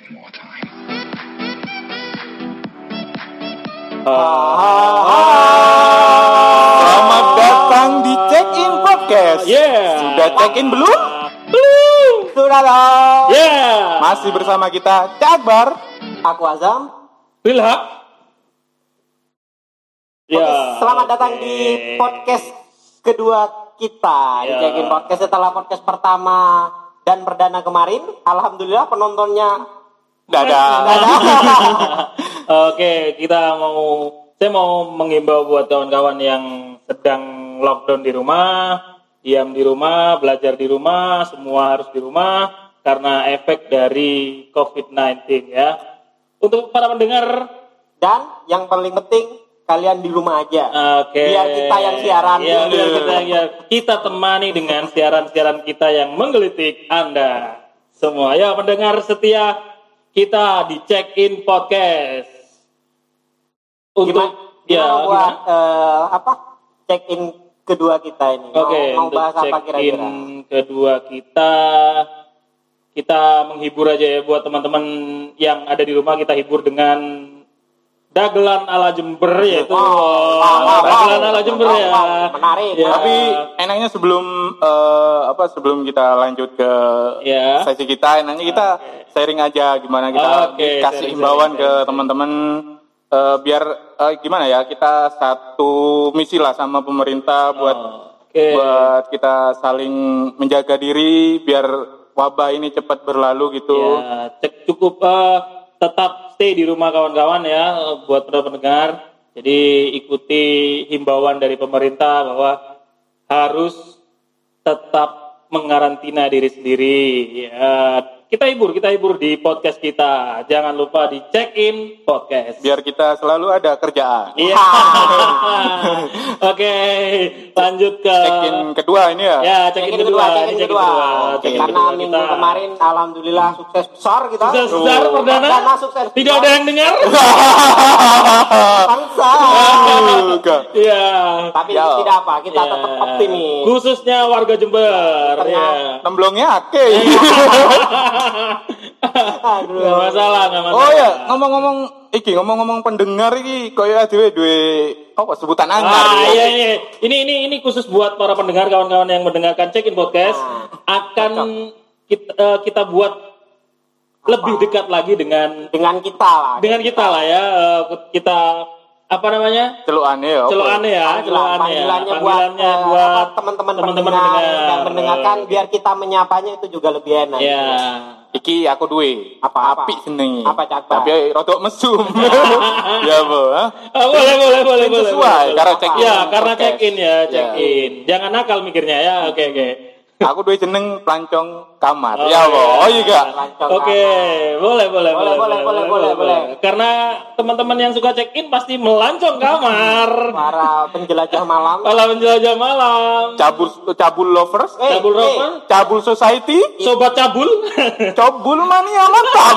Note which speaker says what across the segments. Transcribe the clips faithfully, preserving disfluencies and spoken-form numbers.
Speaker 1: more time.
Speaker 2: Selamat datang di Check In Podcast.
Speaker 3: Yeah.
Speaker 2: Sudah check in belum?
Speaker 3: Belum.
Speaker 2: Sudah dong.
Speaker 3: Yeah.
Speaker 2: Masih bersama kita Cak Akbar,
Speaker 4: Aku Azam.
Speaker 3: Bilhak.
Speaker 4: Oke,
Speaker 3: Ya.
Speaker 4: selamat datang
Speaker 3: oke.
Speaker 4: di podcast kedua kita. Di
Speaker 3: Ya.
Speaker 4: Check In Podcast setelah podcast pertama dan perdana kemarin. Alhamdulillah penontonnya
Speaker 2: dadah.
Speaker 3: Oke, kita mau saya mau menghimbau buat kawan-kawan yang sedang lockdown di rumah, diam di rumah, belajar di rumah, semua harus di rumah karena efek dari covid sembilan belas ya. Untuk para pendengar,
Speaker 4: Dan yang paling penting kalian di rumah aja.
Speaker 3: oke.
Speaker 4: Biar kita yang siaran.
Speaker 3: Ya, biar kita yang siaran. Kita temani dengan siaran-siaran kita yang menggelitik Anda semua. Ya, pendengar setia kita di Check In Podcast. Untuk
Speaker 4: Gimana,
Speaker 3: ya,
Speaker 4: gimana buat
Speaker 3: gimana?
Speaker 4: eh, apa check in kedua kita ini?
Speaker 3: Oke,
Speaker 4: mau, mau
Speaker 3: untuk
Speaker 4: bahas apa
Speaker 3: check-in
Speaker 4: kira-kira?
Speaker 3: kedua kita, kita menghibur aja ya buat teman-teman yang ada di rumah. Kita hibur dengan dagelan ala Jember, yaitu
Speaker 4: Wow, wow, wow,
Speaker 3: dagelan
Speaker 4: wow.
Speaker 3: ala Jember
Speaker 4: Wow,
Speaker 3: ya.
Speaker 4: wow, menarik,
Speaker 3: Ya.
Speaker 2: Tapi enaknya sebelum eh, apa sebelum kita lanjut ke
Speaker 3: Ya.
Speaker 2: sesi kita, enaknya kita sharing aja gimana kita
Speaker 3: Oke,
Speaker 2: kasih
Speaker 3: sharing,
Speaker 2: himbauan
Speaker 3: sharing,
Speaker 2: ke
Speaker 3: sharing.
Speaker 2: teman-teman eh, biar eh, gimana ya kita satu misi lah sama pemerintah buat
Speaker 3: Oke.
Speaker 2: buat kita saling menjaga diri biar wabah ini cepat berlalu gitu.
Speaker 3: Ya, cek cukup eh, tetap stay di rumah kawan-kawan ya, eh, buat para pendengar. Jadi ikuti himbauan dari pemerintah bahwa harus tetap mengarantina diri sendiri. Ya, kita hibur, kita hibur di podcast kita. Jangan lupa di Check In Podcast.
Speaker 2: Biar kita selalu ada kerjaan.
Speaker 3: Iya. Oke, lanjut ke
Speaker 2: Check-in kedua ini ya.
Speaker 3: Ya, check in
Speaker 4: Check-in
Speaker 3: kedua,
Speaker 4: check-in
Speaker 3: ini check-in
Speaker 4: kedua.
Speaker 3: kedua.
Speaker 4: Oke,
Speaker 3: Check-in
Speaker 4: karena
Speaker 3: kedua
Speaker 4: minggu
Speaker 3: kita.
Speaker 4: kemarin alhamdulillah sukses besar kita.
Speaker 3: Sukses besar
Speaker 2: Tuh.
Speaker 3: perdana.
Speaker 4: Perdana sukses
Speaker 3: Tidak
Speaker 4: besar.
Speaker 3: ada yang dengar.
Speaker 4: Bangsa.
Speaker 2: Juga.
Speaker 3: Iya.
Speaker 4: Tapi
Speaker 2: Ya.
Speaker 4: tidak apa, kita
Speaker 3: Iya.
Speaker 4: tetap optimis.
Speaker 3: Khususnya warga Jember.
Speaker 4: Tengah.
Speaker 3: Ya.
Speaker 2: Nemblongnya ake.
Speaker 4: Aduh.
Speaker 3: Gak masalah, gak masalah.
Speaker 2: Oh ya, ngomong-ngomong iki, ngomong-ngomong pendengar iki koyo dhewe duwe apa sebutan anyar.
Speaker 3: Ah,
Speaker 2: ya.
Speaker 3: iya, iya. Ini ini ini khusus buat para pendengar, kawan-kawan yang mendengarkan Check In Podcast.
Speaker 4: Nah,
Speaker 3: Akan kita, eh, kita buat lebih dekat lagi dengan
Speaker 4: Dengan kita lah.
Speaker 3: dengan kita lah ya. Eh, kita apa namanya?
Speaker 2: Celukane ya. apa?
Speaker 3: Celokane ya,
Speaker 4: Panggilan,
Speaker 3: celokane ya.
Speaker 4: panggilannya buat
Speaker 3: Panggilannya
Speaker 4: eh,
Speaker 3: buat
Speaker 4: apa, teman-teman
Speaker 3: teman-teman
Speaker 4: pendengar
Speaker 3: pendengar.
Speaker 4: dan mendengarkan biar kita menyapanya itu juga lebih enak.
Speaker 3: Ya.
Speaker 2: Iki aku duwe.
Speaker 4: Apa, apa?
Speaker 2: Apik senengi.
Speaker 4: Apa, Cak Akbar?
Speaker 2: Tapi rodok mesum. Ya, Bu. ha?
Speaker 3: Ah, boleh, boleh, boleh,
Speaker 2: Yang
Speaker 3: boleh.
Speaker 2: sesuai,
Speaker 3: boleh.
Speaker 2: karena check in
Speaker 3: Ya, karena
Speaker 2: podcast.
Speaker 3: check in ya, check
Speaker 2: Ya.
Speaker 3: in. Jangan nakal mikirnya ya. Oke, oke.
Speaker 2: Aku duwe jeneng pelancong kamar.
Speaker 3: Oh,
Speaker 2: Ya, Bu.
Speaker 3: iya.
Speaker 2: Oh iya.
Speaker 4: Pelancong
Speaker 3: Oke,
Speaker 4: kamar.
Speaker 3: boleh, boleh,
Speaker 4: Boleh, boleh, boleh, boleh, boleh.
Speaker 3: Karena teman-teman yang suka check in pasti melancong kamar.
Speaker 4: Para penjelajah malam.
Speaker 3: Malah menjelajah malam.
Speaker 2: Cabul cabul lovers,
Speaker 4: Eh,
Speaker 3: Cabul
Speaker 4: eh,
Speaker 3: rover,
Speaker 2: cabul society,
Speaker 3: sobat cabul.
Speaker 2: cabul mania mantap.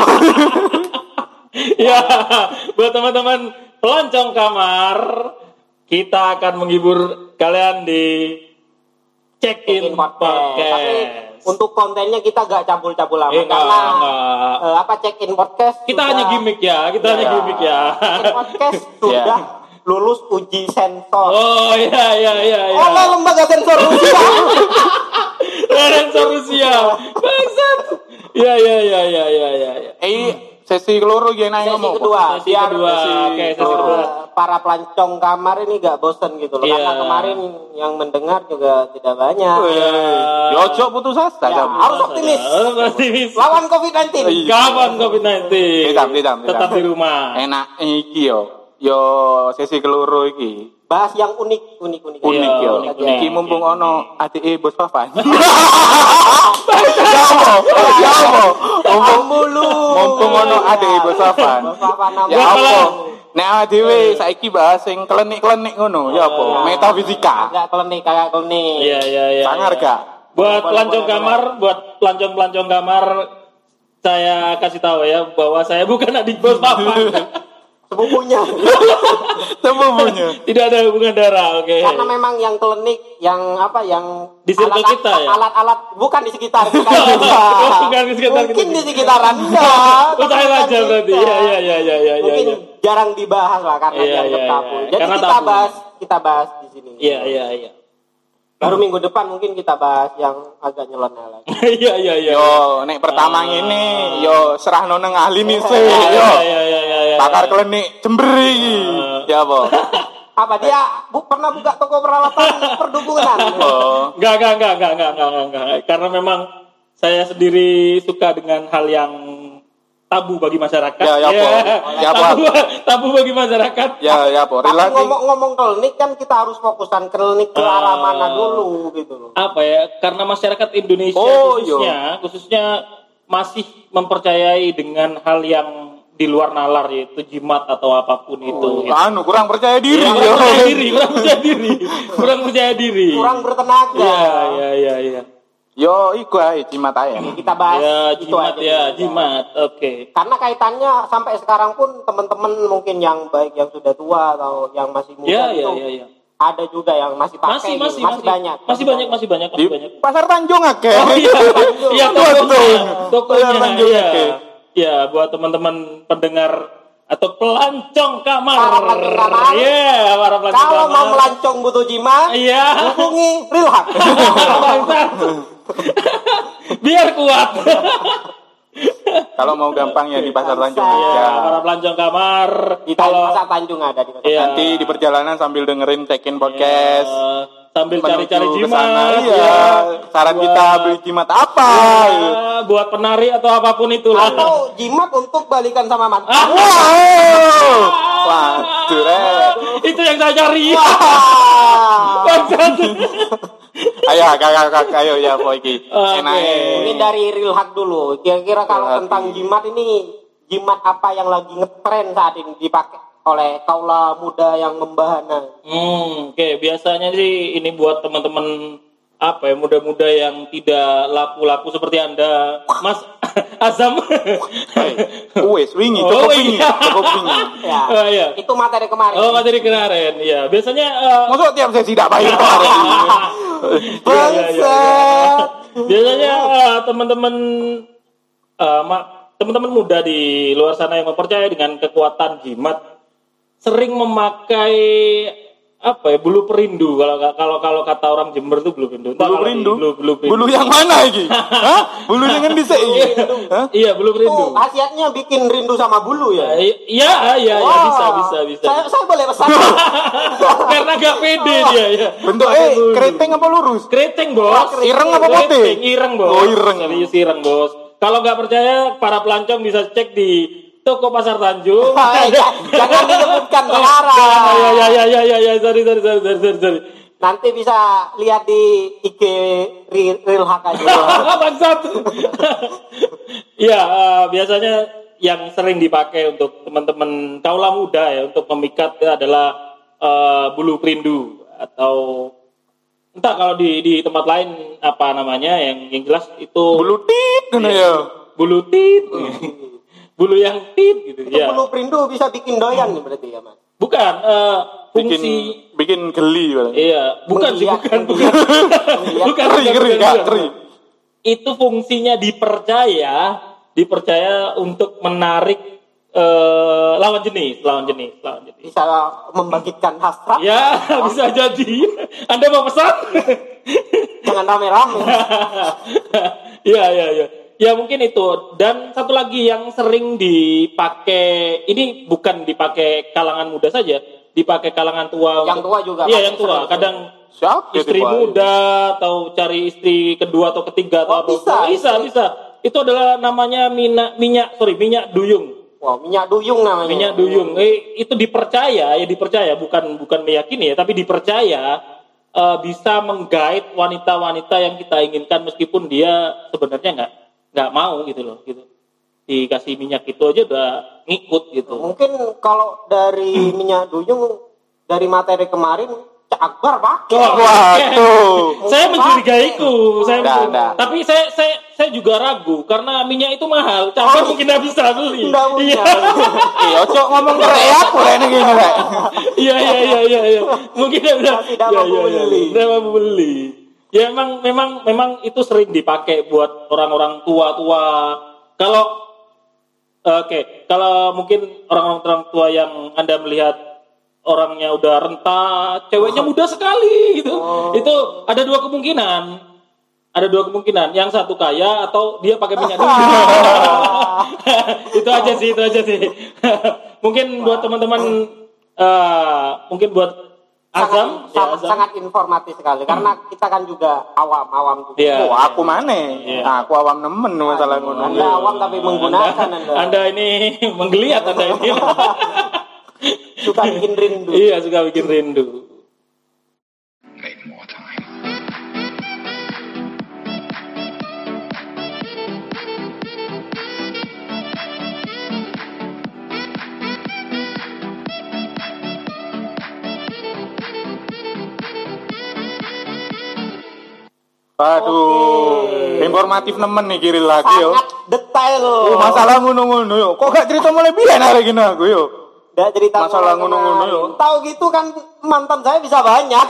Speaker 3: Ya, buat teman-teman pelancong kamar, kita akan menghibur kalian di Check In
Speaker 4: Check-in podcast.
Speaker 3: Podcast.
Speaker 4: Tapi untuk kontennya kita gak cabul-cabul amat
Speaker 3: Eh, enggak,
Speaker 4: karena
Speaker 3: enggak.
Speaker 4: eh, apa check in podcast
Speaker 3: Kita
Speaker 4: sudah-
Speaker 3: hanya gimmick ya, kita hanya
Speaker 2: Ya.
Speaker 3: gimmick ya.
Speaker 4: Check in podcast sudah lulus uji sensor
Speaker 3: Oh iya iya iya iya.
Speaker 4: oleh lembaga sensor Rusia.
Speaker 3: Sensor Rusia. Bangsat. Iya iya iya iya iya iya.
Speaker 2: Eh, sesi keloro yang naik
Speaker 4: Sesi
Speaker 2: ngomong.
Speaker 4: kedua
Speaker 3: Sesi
Speaker 4: biar
Speaker 3: kedua.
Speaker 2: sesi
Speaker 3: Oke, sesi
Speaker 4: eh,
Speaker 3: kedua.
Speaker 4: para pelancong kamar ini gak bosen gitu loh
Speaker 3: Iya.
Speaker 4: karena kemarin yang mendengar juga tidak banyak.
Speaker 2: Ya ojo putus asa
Speaker 4: Ya,
Speaker 2: kamu.
Speaker 4: harus optimis.
Speaker 3: Harus optimis.
Speaker 4: Lawan covid sembilan belas.
Speaker 2: Iya.
Speaker 3: Kapan covid sembilan belas?
Speaker 2: Tidak, tidak, tidak.
Speaker 3: Tetap di rumah.
Speaker 2: Enak iki yo. Yo sesi keloro iki.
Speaker 4: Bahas yang unik, unik, unik.
Speaker 3: Iya,
Speaker 2: Unik yo.
Speaker 3: unik,
Speaker 4: unik.
Speaker 2: Iki mumpung
Speaker 3: Unik,
Speaker 2: ono adike bos Papan. Ya apa? Ya apa? Mumpung
Speaker 4: mulu.
Speaker 2: mumpung ono adike bos Papan.
Speaker 4: Bos Papan nama.
Speaker 2: Ya
Speaker 3: Buat
Speaker 2: apa?
Speaker 3: kalian-
Speaker 2: Nek awake dhewe saiki bahas sing klenik-klenik ngono, ya apa?
Speaker 3: Oh.
Speaker 2: Metafisika.
Speaker 4: Agak klenik, agak klenik.
Speaker 3: Iya iya iya.
Speaker 2: Sangar
Speaker 3: iya.
Speaker 2: gak?
Speaker 3: Buat
Speaker 4: Boleh,
Speaker 3: pelancong
Speaker 4: boleh,
Speaker 3: kamar, buat pelancong-pelancong kamar, saya kasih tahu ya bahwa saya bukan adik bos papa.
Speaker 4: sepupunya.
Speaker 2: Sepupunya.
Speaker 3: Tidak ada hubungan darah, oke.
Speaker 4: Karena memang yang klinik yang apa yang
Speaker 3: Di circle
Speaker 4: alat,
Speaker 3: kita ya?
Speaker 4: alat-alat bukan di sekitar bukan,
Speaker 3: Oh, bukan di sekitar
Speaker 4: mungkin
Speaker 3: kita.
Speaker 4: di sekitaran enggak.
Speaker 3: Oh, saya aja berarti. Iya, iya, iya, iya, iya,
Speaker 4: Mungkin
Speaker 3: iya.
Speaker 4: jarang dibahas lah karena
Speaker 3: Iya,
Speaker 4: dianggap
Speaker 3: iya,
Speaker 4: tabu.
Speaker 3: iya.
Speaker 4: Jadi
Speaker 3: Karena
Speaker 4: kita
Speaker 3: tabu.
Speaker 4: bahas kita bahas di sini.
Speaker 3: Iya, iya, iya.
Speaker 4: Baru minggu depan mungkin kita bahas yang agak nyeleneh lagi.
Speaker 3: Iya, iya, iya.
Speaker 2: Yo, nek pertama
Speaker 3: Ah.
Speaker 2: ini, yo serahno nang ahli nih sih,
Speaker 3: Iya,
Speaker 2: yo.
Speaker 3: iya, iya, iya, iya.
Speaker 2: Pakar klinik Jember iki. Ya apa?
Speaker 4: Apa dia bu, pernah buka toko peralatan perdukunan?
Speaker 2: Oh.
Speaker 3: Enggak, enggak, enggak, enggak, enggak, enggak, enggak, enggak. Karena memang saya sendiri suka dengan hal yang tabu bagi masyarakat.
Speaker 2: Ya, ya,
Speaker 3: Iya.
Speaker 2: Po. Ya, Po.
Speaker 3: tabu, tabu bagi masyarakat.
Speaker 2: Ya, ya apa?
Speaker 4: Tapi
Speaker 2: Relasi.
Speaker 4: ngomong-ngomong klinik kan kita harus fokuskan klinik ke arah
Speaker 3: Ah.
Speaker 4: mana dulu gitu loh.
Speaker 3: Apa ya? Karena masyarakat Indonesia
Speaker 2: Oh,
Speaker 3: khususnya, khususnya masih mempercayai dengan hal yang di luar nalar, yaitu jimat atau apapun itu. gitu.
Speaker 2: Anu kurang percaya diri,
Speaker 3: Kurang
Speaker 2: yo.
Speaker 3: percaya diri, kurang percaya diri, kurang percaya diri.
Speaker 4: Kurang bertenaga.
Speaker 3: Iya, iya, iya, iya.
Speaker 2: Yo, iku ae jimat ae.
Speaker 4: Kita bahas
Speaker 3: Ya,
Speaker 4: itu
Speaker 3: jimat
Speaker 4: aja
Speaker 3: ya,
Speaker 4: dulu.
Speaker 3: jimat. Oke.
Speaker 4: Karena kaitannya sampai sekarang pun teman-teman mungkin yang baik yang sudah tua atau yang masih muda
Speaker 3: Ya,
Speaker 4: itu
Speaker 3: ya, ya, ya.
Speaker 4: ada juga yang masih pakai
Speaker 3: Masih,
Speaker 4: gitu.
Speaker 3: masih,
Speaker 4: masih, banyak.
Speaker 3: Masih banyak, masih banyak,
Speaker 2: Di
Speaker 3: masih banyak.
Speaker 2: Pasar Tanjung akeh.
Speaker 3: Oh iya, iya tokonya,
Speaker 2: Betul.
Speaker 3: tokonya,
Speaker 2: Pasar Tanjung
Speaker 3: ya,
Speaker 2: akeh.
Speaker 3: ya buat teman-teman pendengar atau pelancong kamar,
Speaker 4: Para pelancong kamar.
Speaker 3: ya, para pelancong
Speaker 4: Kalau
Speaker 3: kamar.
Speaker 4: mau melancong butuh jimat,
Speaker 3: Iya.
Speaker 4: hubungi Rilhak.
Speaker 3: Bangsat. Biar kuat.
Speaker 2: Kalau mau gampang ya di Pasar Tanjung
Speaker 4: Bangsa.
Speaker 3: Ya,
Speaker 2: aja.
Speaker 3: para pelancong kamar.
Speaker 4: Di
Speaker 3: Kalau
Speaker 4: Pasar Tanjung ada di Pasar
Speaker 3: Iya.
Speaker 2: Nanti di perjalanan sambil dengerin check-in podcast.
Speaker 3: ya, sambil
Speaker 2: menuju
Speaker 3: cari-cari
Speaker 2: ke
Speaker 3: jimat.
Speaker 2: sana, iya.
Speaker 3: ya.
Speaker 2: Saran
Speaker 3: Buat-
Speaker 2: kita beli jimat apa?
Speaker 3: ya, buat penari atau apapun itulah.
Speaker 4: Atau jimat untuk balikan sama mantan.
Speaker 3: Ah.
Speaker 2: Wow. Waduh, Rek.
Speaker 3: Itu yang saya cari.
Speaker 4: Wah.
Speaker 3: Bangsat.
Speaker 2: Ayo, kakak, kakak, ayo ya, apa iki?
Speaker 3: Oke.
Speaker 2: Enak.
Speaker 4: Mungkin dari Rilhak dulu. Kira-kira kalau
Speaker 2: Rilhak.
Speaker 4: tentang jimat ini, jimat apa yang lagi ngetren saat ini dipakai oleh kaula muda yang membahana?
Speaker 3: Hmm, oke. Biasanya sih ini buat teman-teman apa ya, muda-muda yang tidak laku-laku seperti Anda, Mas Azam.
Speaker 2: Wes, wingi,
Speaker 3: Oh,
Speaker 2: cukup wingi,
Speaker 3: iya.
Speaker 2: cukup wingi.
Speaker 4: Ya.
Speaker 3: Oh, iya.
Speaker 4: Itu materi kemarin.
Speaker 3: Oh, materi kemarin. Ya, biasanya eh,
Speaker 2: Masuk tiap sesi tidak baik kemarin.
Speaker 3: Iya, iya, iya,
Speaker 4: Bangsa.
Speaker 3: iya. Biasanya eh, teman-teman eh, ma- teman-teman muda di luar sana yang mempercayai dengan kekuatan jimat sering memakai apa ya, bulu perindu, kalau kalau kalau kata orang Jember itu bulu perindu. Entah
Speaker 2: Bulu
Speaker 3: kalau di-
Speaker 2: perindu?
Speaker 3: Bulu, bulu perindu.
Speaker 2: Bulu yang mana iki? Hah? Bulu yang ngendi sik iki? Hah?
Speaker 3: Iya, bulu
Speaker 4: Itu
Speaker 3: perindu.
Speaker 4: khasiatnya bikin rindu sama bulu ya.
Speaker 3: Eh, Iya, iya, iya,
Speaker 4: Wah.
Speaker 3: bisa, bisa, bisa.
Speaker 4: Saya, saya boleh pesan.
Speaker 3: Karena gak pede dia ya.
Speaker 2: Bentuk
Speaker 3: Pakai
Speaker 2: eh
Speaker 3: bulu.
Speaker 2: keriting apa lurus?
Speaker 3: Keriting, Bos.
Speaker 2: Ireng apa putih?
Speaker 3: Keriting, ireng, Bos.
Speaker 2: Oh, ireng.
Speaker 3: Serius ireng, Bos. Kalau nggak percaya, para pelancong bisa cek di toko Pasar Tanjung.
Speaker 4: Eh, ja- Jangan disebutkan
Speaker 3: Ya,
Speaker 4: sekarang.
Speaker 3: ya, ya, ya, ya, ya, ya, sorry, sorry, sorry, sorry, sorry, sorry.
Speaker 4: Nanti bisa lihat di I G Ri- Rilhak aja.
Speaker 3: Bangsat. Ya, eh, biasanya yang sering dipakai untuk teman-teman kaula muda ya, untuk memikat itu adalah eh, bulu perindu atau entah kalau di di tempat lain apa namanya, yang yang jelas itu
Speaker 2: Bulu tit ngono ya.
Speaker 3: bulu tit. Bulu yang tit gitu
Speaker 4: Itu
Speaker 3: ya.
Speaker 4: bulu perindu bisa bikin doyan nih berarti ya, Mas.
Speaker 3: Bukan eh,
Speaker 2: Bikin
Speaker 3: fungsi
Speaker 2: bikin geli berarti.
Speaker 3: iya, bukan sih,
Speaker 4: Menggeliat,
Speaker 3: bukan, bukan.
Speaker 4: menggeliat.
Speaker 3: Bukan,
Speaker 2: Keri,
Speaker 3: bukan,
Speaker 2: keri,
Speaker 3: bukan,
Speaker 2: gak
Speaker 3: bukan.
Speaker 2: keri.
Speaker 3: Itu fungsinya dipercaya, dipercaya untuk menarik eh, lawan jenis, lawan jenis, lawan jenis.
Speaker 4: Bisa membangkitkan hasrat.
Speaker 3: Ya, bisa jadi. Anda mau pesan?
Speaker 4: Jangan rame-rame.
Speaker 3: Iya, iya, iya. Ya mungkin itu. Dan satu lagi yang sering dipakai, ini bukan dipakai kalangan muda saja, dipakai kalangan tua.
Speaker 4: Yang tua juga
Speaker 3: Iya,
Speaker 4: pasti
Speaker 3: yang tua.
Speaker 4: sering.
Speaker 3: Kadang
Speaker 2: Siapa
Speaker 3: istri muda atau cari istri kedua atau ketiga atau
Speaker 4: Oh,
Speaker 3: apa.
Speaker 4: bisa.
Speaker 3: bisa, bisa. Itu adalah namanya minyak, minyak, sorry, minyak duyung.
Speaker 4: Wow, minyak duyung namanya.
Speaker 3: Minyak duyung. Eh, itu dipercaya, ya dipercaya, bukan bukan meyakini ya, tapi dipercaya eh, bisa menggait wanita-wanita yang kita inginkan meskipun dia sebenarnya nggak nggak mau gitu loh, gitu. Dikasih minyak itu aja udah ngikut gitu.
Speaker 4: Mungkin kalau dari minyak duyung dari materi kemarin ca- Akbar pakai.
Speaker 2: Waduh.
Speaker 3: Saya mencurigaiku, saya
Speaker 2: Nggak,
Speaker 3: mencurigai.
Speaker 2: nggak.
Speaker 3: Tapi saya saya saya juga ragu karena minyak itu mahal. Cabai
Speaker 4: Oh,
Speaker 3: mungkin nggak bisa beli.
Speaker 4: nggak punya.
Speaker 2: Iya, ojo ngomong rek aku rek ini gini rek.
Speaker 3: Iya iya iya iya iya. Mungkin nggak bisa.
Speaker 4: Tidak
Speaker 3: Iya,
Speaker 4: mampu
Speaker 3: iya, iya.
Speaker 4: beli.
Speaker 3: Tidak mampu beli. Ya memang memang memang itu sering dipakai buat orang-orang tua-tua. Kalau oke, kalau mungkin orang-orang tua yang Anda melihat orangnya udah renta, ceweknya muda sekali gitu.
Speaker 4: Oh.
Speaker 3: Itu ada dua kemungkinan. Ada dua kemungkinan. Yang satu kaya atau dia pakai minyak dulu. Itu aja sih, itu aja sih. Mungkin buat teman-teman eh, mungkin buat Azam,
Speaker 4: sangat,
Speaker 3: ya,
Speaker 4: sangat,
Speaker 3: Azam.
Speaker 4: sangat informatif sekali karena kita kan juga awam-awam juga.
Speaker 3: Iya.
Speaker 2: Oh, aku mana?
Speaker 3: Iya.
Speaker 2: Aku awam nemen masalah ngono.
Speaker 4: Anda awam tapi menggunakan Anda.
Speaker 3: Anda ini menggeliat Anda ini.
Speaker 4: Suka bikin rindu.
Speaker 3: Iya, suka bikin rindu.
Speaker 1: Make more time.
Speaker 2: Aduh,
Speaker 4: Oke.
Speaker 2: informatif nemen nih kiri lagi yo.
Speaker 4: Sangat detail.
Speaker 2: Oh, masalah ngono-ngono yo. Kok gak cerita mulai biyen hari gini aku yo.
Speaker 4: Nggak cerita
Speaker 2: Masalah
Speaker 4: mulai
Speaker 2: ngono-ngono
Speaker 4: kemarin.
Speaker 2: yo.
Speaker 4: Tahu gitu kan mantan saya bisa banyak.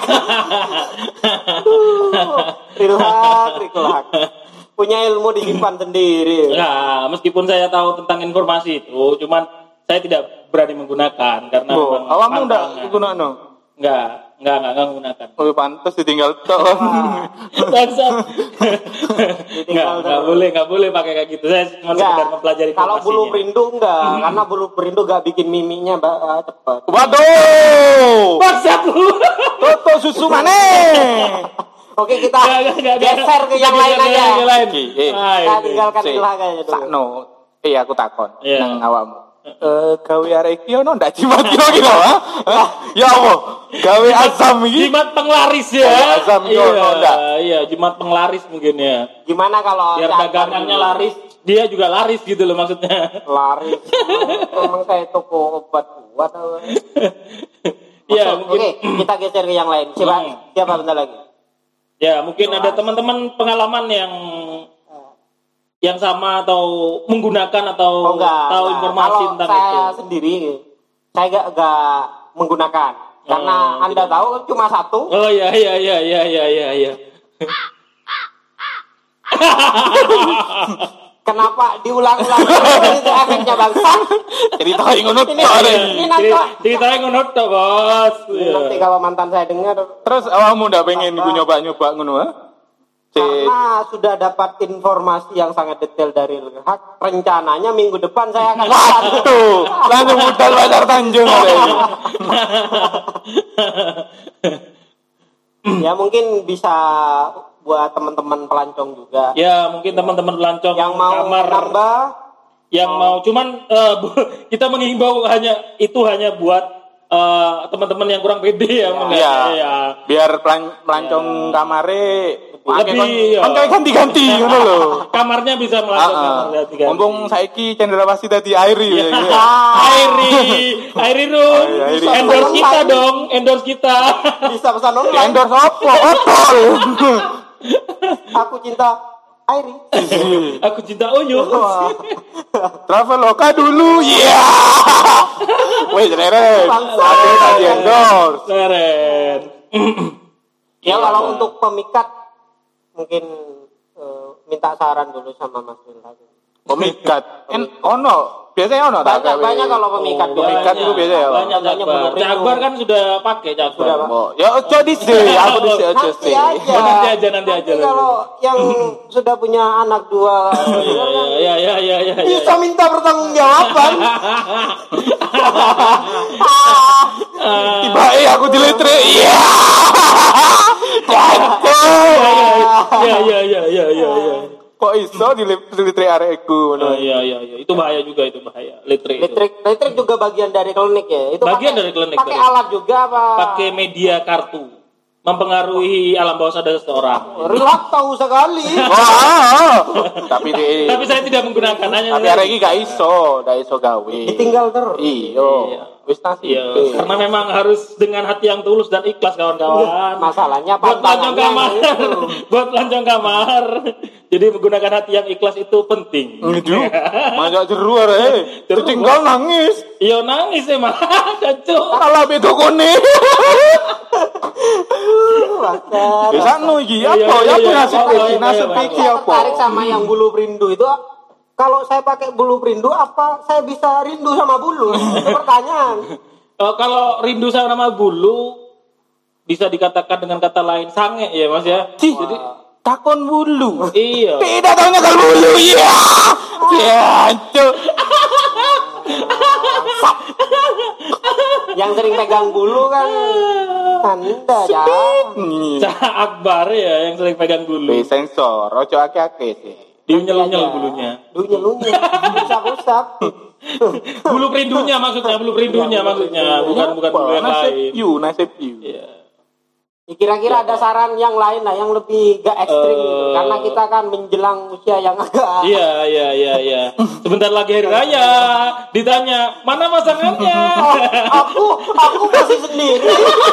Speaker 4: Aduh, relax, relax. Punya ilmu disimpan sendiri.
Speaker 3: Nah, meskipun saya tahu tentang informasi itu, cuman saya tidak berani menggunakan karena
Speaker 2: Oh,
Speaker 3: memang
Speaker 2: awakmu ndak
Speaker 3: pantangan.
Speaker 2: gunakno?
Speaker 3: Enggak, enggak, enggak, enggak menggunakan.
Speaker 2: Oh, pantes ditinggal tok.
Speaker 3: Bangsat.
Speaker 4: Ditinggal
Speaker 3: Enggak, enggak
Speaker 4: terus.
Speaker 3: boleh, enggak boleh pakai kayak gitu. Saya cuma
Speaker 4: Enggak.
Speaker 3: sekedar mempelajari
Speaker 4: Kalau bulu
Speaker 3: informasinya.
Speaker 4: perindu enggak, karena bulu perindu enggak bikin miminya ba- cepat.
Speaker 2: Waduh.
Speaker 3: Bangsat lu.
Speaker 2: Toto susu mana?
Speaker 4: Oke, kita
Speaker 3: Enggak, enggak, enggak, enggak.
Speaker 4: geser ke
Speaker 3: Kita
Speaker 4: yang
Speaker 3: geser
Speaker 4: lain
Speaker 3: ke
Speaker 4: aja.
Speaker 3: yang lain.
Speaker 2: Oke, eh.
Speaker 3: Ah,
Speaker 4: Kita
Speaker 3: ini.
Speaker 4: tinggalkan
Speaker 2: Sik.
Speaker 4: ilahnya dulu.
Speaker 2: Sakno. Eh aku takon
Speaker 3: Iya.
Speaker 2: nang awakmu. Eh gawe arek iki ono ndak jimat kira-kira ha? Hah? Ya Allah, gawe asam iki.
Speaker 3: Jimat penglaris ya.
Speaker 2: Oh, azam itu
Speaker 3: iya,
Speaker 2: ono enggak?
Speaker 3: iya, jimat penglaris mungkin ya.
Speaker 4: Gimana kalau
Speaker 3: Biar
Speaker 4: si Akbar
Speaker 3: dagangannya
Speaker 4: dulu?
Speaker 3: laris, dia juga laris gitu loh maksudnya.
Speaker 4: Laris. Emang kayak toko obat kuat. apa?
Speaker 3: Iya,
Speaker 4: Oke,
Speaker 3: mungkin.
Speaker 4: kita geser ke yang lain. Siapa?
Speaker 3: Hmm.
Speaker 4: Siapa bentar lagi?
Speaker 3: Ya, mungkin ada teman-teman pengalaman yang yang sama atau menggunakan atau
Speaker 4: Oh enggak.
Speaker 3: tahu
Speaker 4: enggak.
Speaker 3: informasi
Speaker 4: Kalau
Speaker 3: tentang
Speaker 4: saya
Speaker 3: itu.
Speaker 4: sendiri, saya enggak, enggak menggunakan. Karena
Speaker 3: Oh,
Speaker 4: Anda
Speaker 3: tidak.
Speaker 4: tahu cuma satu.
Speaker 3: Oh iya iya iya iya iya iya iya.
Speaker 4: Kenapa diulang-ulang terus itu efeknya bangsa?
Speaker 2: Cerita ngono
Speaker 4: Ini
Speaker 2: tok arek
Speaker 4: ini
Speaker 2: iki.
Speaker 4: nanti,
Speaker 3: Ceri- Ceritanya ngono tok, Bos. Iya.
Speaker 4: nanti kalau mantan saya dengar,
Speaker 2: Terus awakmu ndak pengen iku nyoba-nyoba ngono ha? Cek.
Speaker 4: karena sudah dapat informasi yang sangat detail dari Hak, rencananya minggu depan saya akan
Speaker 2: Waduh, langsung budal Pasar Tanjung arek iki.
Speaker 4: ya mungkin bisa buat teman-teman pelancong juga
Speaker 3: Ya, mungkin teman-teman pelancong
Speaker 4: yang mau
Speaker 3: kamar
Speaker 4: nambah.
Speaker 3: yang mau cuman eh, bu- kita mengimbau hanya itu hanya buat eh, teman-teman yang kurang pede ya, Bang.
Speaker 2: Iya.
Speaker 3: Ya.
Speaker 2: Biar pelan- pelancong kamare
Speaker 3: Lebih, iya.
Speaker 2: kan ganti-ganti ngono lho.
Speaker 3: Kamarnya bisa melakukan kamar
Speaker 2: Heeh.
Speaker 3: ganti-ganti.
Speaker 2: Mumpung saiki Cendrawasih dadi Airi ya. gitu.
Speaker 3: Airi, Airi Room,
Speaker 2: Airi.
Speaker 3: endorse kita dong, endorse kita.
Speaker 4: Bisa pesan
Speaker 2: Di
Speaker 4: online.
Speaker 2: endorse apa? Otol.
Speaker 4: Aku cinta Airi.
Speaker 3: Aku cinta Unyu.
Speaker 4: Wah.
Speaker 2: Traveloka dulu. Iya. Weh, jere.
Speaker 4: Bangsa.
Speaker 2: Ada tadi endorse.
Speaker 3: Keren.
Speaker 4: Ya
Speaker 3: Iya,
Speaker 4: kalau
Speaker 3: Bang.
Speaker 4: untuk pemikat mungkin eh, minta saran dulu sama Mas Wilhad.
Speaker 2: Pemikat. En ono. Biasanya ono tak
Speaker 4: Banyak
Speaker 2: gawe.
Speaker 4: banyak kalau pemikat.
Speaker 3: Oh,
Speaker 4: tuh.
Speaker 2: Pemikat itu biasa ya, Bang?
Speaker 3: Banyak
Speaker 4: Contohnya
Speaker 3: Jakbar.
Speaker 4: Bulu Perindu.
Speaker 3: Jakbar kan sudah pakai Jakbar.
Speaker 4: Sudah, Bang.
Speaker 2: Oh, ya ojo dhisik, aku dhisik ojo
Speaker 4: Nanti
Speaker 2: sih.
Speaker 4: aja.
Speaker 3: Oh, nanti aja, nanti aja, nanti.
Speaker 4: kalau yang sudah punya anak dua,
Speaker 3: Ya, ya, ya, ya, ya.
Speaker 4: bisa minta pertanggungjawaban.
Speaker 2: Tiba eh aku diletre. Iya.
Speaker 3: Ya, ya, ya, ya, ya, ya.
Speaker 2: Kok iso diletre arekku
Speaker 3: Oh,
Speaker 2: ngono.
Speaker 3: iya, iya, iya. Itu bahaya juga, itu bahaya. Listrik itu.
Speaker 4: Listrik, listrik juga bagian dari klinik ya. Itu
Speaker 3: Bagian
Speaker 4: pakai-
Speaker 3: dari klinik,
Speaker 4: Pakai
Speaker 3: dari-
Speaker 4: alat juga apa?
Speaker 3: Pakai media kartu. mempengaruhi alam bawah sadar seseorang.
Speaker 4: Rilak tahu sekali.
Speaker 2: Wah, tapi di,
Speaker 3: Tapi saya tidak menggunakan hanya.
Speaker 2: tapi hari ini gak iso, gak iso gawe.
Speaker 4: Ditinggal terus.
Speaker 2: Iyo, wis nasib.
Speaker 3: Iya, karena memang harus dengan hati yang tulus dan ikhlas kawan-kawan.
Speaker 4: Masalahnya
Speaker 3: Buat pelancong kamar,
Speaker 4: pantangannya itu.
Speaker 3: buat pelancong kamar. Jadi menggunakan hati yang ikhlas itu penting.
Speaker 2: Itu, masa jeru arek.
Speaker 3: Jeru,
Speaker 2: Tinggal nangis.
Speaker 3: Iya nangis emang, cocok.
Speaker 2: Alah bedo kone.
Speaker 4: Bangsat.
Speaker 2: Bisa nu iki
Speaker 3: Iya,
Speaker 2: apa?
Speaker 3: iya,
Speaker 2: Ya apa
Speaker 3: iya,
Speaker 2: nasib
Speaker 3: iya,
Speaker 2: iki?
Speaker 3: iya,
Speaker 2: Nasib
Speaker 3: iya,
Speaker 2: iki
Speaker 4: Saya
Speaker 2: apa?
Speaker 4: tertarik sama yang bulu rindu itu. Kalau saya pakai bulu rindu, apa saya bisa rindu sama bulu? Itu pertanyaan.
Speaker 3: Eh, kalau rindu sama nama bulu bisa dikatakan dengan kata lain sange ya mas ya.
Speaker 2: Cih,
Speaker 3: Jadi
Speaker 2: takon bulu.
Speaker 3: iya.
Speaker 2: Tidak tahunya kalau bulu iya. Ya, cuk.
Speaker 4: Yang sering pegang bulu kan Anda ya.
Speaker 3: Cah Akbar ya yang sering pegang bulu.
Speaker 2: Be sensor, ojo ake-ake sih.
Speaker 3: Diunyel-unyel bulunya.
Speaker 4: Dunya-lunya. Usap-usap.
Speaker 3: Bulu perindunya maksudnya, bulu perindunya maksudnya, bukan bukan bulu yang
Speaker 2: nasib
Speaker 3: lain.
Speaker 2: you, nasib you.
Speaker 3: Iya.
Speaker 4: Ya, kira-kira ada saran yang lain lah yang lebih gak ekstrim gitu.
Speaker 3: Eh.
Speaker 4: Karena kita kan menjelang usia yang agak
Speaker 3: Iya, iya, iya, iya. Sebentar lagi hari raya, ditanya, "Mana pasangannya?"
Speaker 4: Oh, aku aku masih sendiri.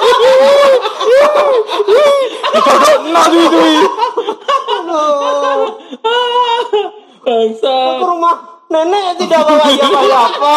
Speaker 2: Dicodok nah itu.
Speaker 4: Aduh.
Speaker 3: Bangsa.
Speaker 4: Ke rumah nenek tidak bawa siapa-siapa.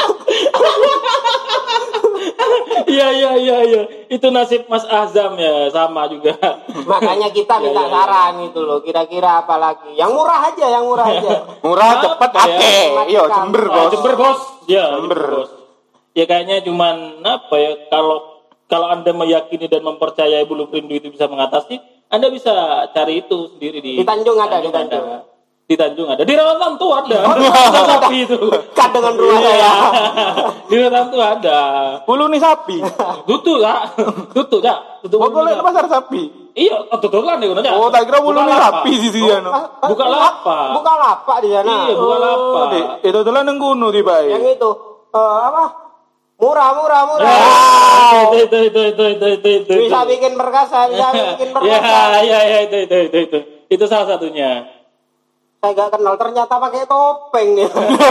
Speaker 3: Iya, iya, iya, iya. Itu nasib Mas Azam ya, sama juga.
Speaker 4: Makanya kita minta
Speaker 3: Ya, ya, ya.
Speaker 4: saran gitu loh. Kira-kira apa lagi? Yang murah aja, yang murah aja.
Speaker 2: Murah
Speaker 3: Apa
Speaker 2: cepet
Speaker 3: ya?
Speaker 2: ake. Iya, Jember,
Speaker 3: Ah,
Speaker 2: Bos.
Speaker 3: Jember bos, ya
Speaker 2: Jember.
Speaker 3: Jember bos. Ya kayaknya cuman apa ya? Kalau kalau Anda meyakini dan mempercayai bulu perindu itu bisa mengatasi, Anda bisa cari itu sendiri di
Speaker 4: Di Tanjung ada, di Tanjung.
Speaker 3: ada. Di Tanjung ada, di Rawatantu ada. Masa sapi itu.
Speaker 4: Kan dengan rumah
Speaker 3: Iya.
Speaker 4: saya.
Speaker 3: Di Rawatantu ada.
Speaker 2: Bulu nih sapi.
Speaker 3: Tutup ya, tutup ya, tutup.
Speaker 2: Mau golek pasar sapi.
Speaker 3: Iya, tutup lah nih aja.
Speaker 2: Oh, tak kira bulu nih sapi di sini anu.
Speaker 3: Buka lapak.
Speaker 4: Buka lapak di sana.
Speaker 3: Iya, buka lapak.
Speaker 2: Oh, di- itu tuh lah nang gunung tiba
Speaker 4: Yang itu eh, apa? Murah, murah, murah.
Speaker 3: Ah, itu, itu, itu, itu, itu, itu, itu.
Speaker 4: Bisa bikin perkasa, bisa bikin
Speaker 3: Ya,
Speaker 4: perkasa.
Speaker 3: ya, ya, itu, itu, itu, itu. Itu salah satunya.
Speaker 4: Saya gak kenal ternyata pakai topeng nih.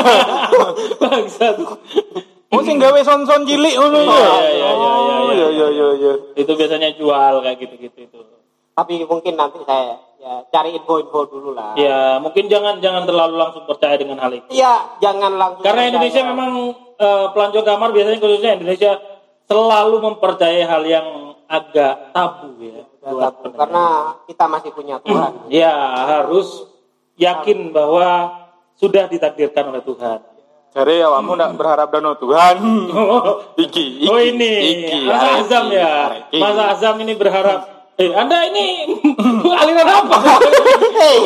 Speaker 3: Bangsat.
Speaker 2: Oh, sing gawe son-son cilik ngono ya.
Speaker 3: Iya, iya, iya, iya,
Speaker 2: Oh,
Speaker 3: iya.
Speaker 2: iya, iya, iya, iya.
Speaker 3: Itu biasanya jual kayak gitu-gitu itu.
Speaker 4: Tapi mungkin nanti saya ya cari info-info dulu lah.
Speaker 3: Ya, mungkin jangan jangan terlalu langsung percaya dengan hal itu.
Speaker 4: Iya, jangan langsung.
Speaker 3: Karena
Speaker 4: percaya.
Speaker 3: Indonesia memang eh, pelancong kamar biasanya khususnya Indonesia selalu mempercayai hal yang agak tabu ya. buat
Speaker 4: Tabu,
Speaker 3: pendengar.
Speaker 4: karena kita masih punya Tuhan.
Speaker 3: Ya, harus yakin bahwa sudah ditakdirkan oleh Tuhan.
Speaker 2: Jare awakmu ndak berharap dano Tuhan. Iki, iki.
Speaker 3: Oh ini,
Speaker 2: iki,
Speaker 3: Mas
Speaker 2: arek
Speaker 3: Azam
Speaker 2: iki,
Speaker 3: ya.
Speaker 2: arek iki.
Speaker 3: Mas Azam ini berharap. Eh, Anda ini aliran apa?
Speaker 4: Hei,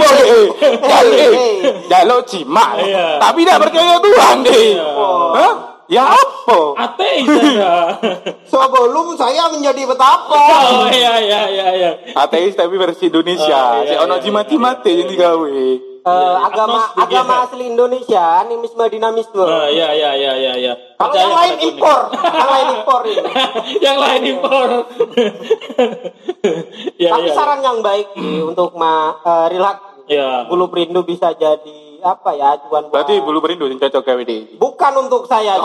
Speaker 2: Jaluk, jaluk jimat.
Speaker 3: Iya.
Speaker 2: Tapi tidak percaya Tuhan deh. Hah? Ya apa?
Speaker 3: Ateis Anda.
Speaker 4: sebelum saya menjadi betapa.
Speaker 3: Oh iya iya iya iya.
Speaker 2: Ateis tapi versi Indonesia.
Speaker 3: Oh, iya,
Speaker 2: Si ono
Speaker 3: iya,
Speaker 2: jimat-jimat yang digawe.
Speaker 4: Eh, agama
Speaker 3: Agnostik,
Speaker 4: agama
Speaker 3: ya.
Speaker 4: asli Indonesia, animisme dinamisme.
Speaker 3: Oh, iya iya iya iya iya.
Speaker 4: Kalau
Speaker 3: Percaya
Speaker 4: yang lain
Speaker 3: pada Tuhan.
Speaker 4: impor, yang lain impor ini.
Speaker 3: Yang lain impor. Ya,
Speaker 4: Tapi
Speaker 3: ya,
Speaker 4: saran yang baik nih untuk ma eh, relax.
Speaker 3: Ya.
Speaker 4: Bulu perindu bisa jadi apa ya acuan buat-
Speaker 2: Berarti bulu perindu yang cocok gawe deh.
Speaker 4: bukan untuk saya.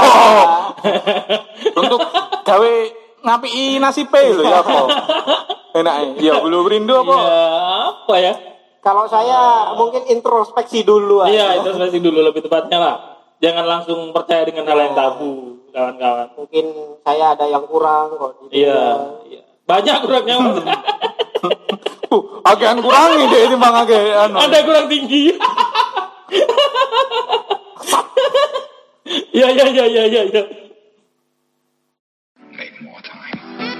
Speaker 2: Untuk gawe ngapi nasibe lho ya apa? Enake. Ya bulu perindu apa?
Speaker 3: Ya, apa ya?
Speaker 4: Kalau saya mungkin introspeksi dulu aja.
Speaker 3: Iya, introspeksi dulu lebih tepatnya lah. Jangan langsung percaya dengan hal yang tabu, kawan-kawan.
Speaker 4: Mungkin saya ada yang kurang kok. di
Speaker 3: Iya,
Speaker 4: dunia.
Speaker 3: iya. Banyak kurangnya. Mas.
Speaker 2: Uh, agean kurangi deh timbang age anu.
Speaker 3: Anda kurang tinggi. Ya, ya, ya, ya, ya, ya.
Speaker 1: Make more time.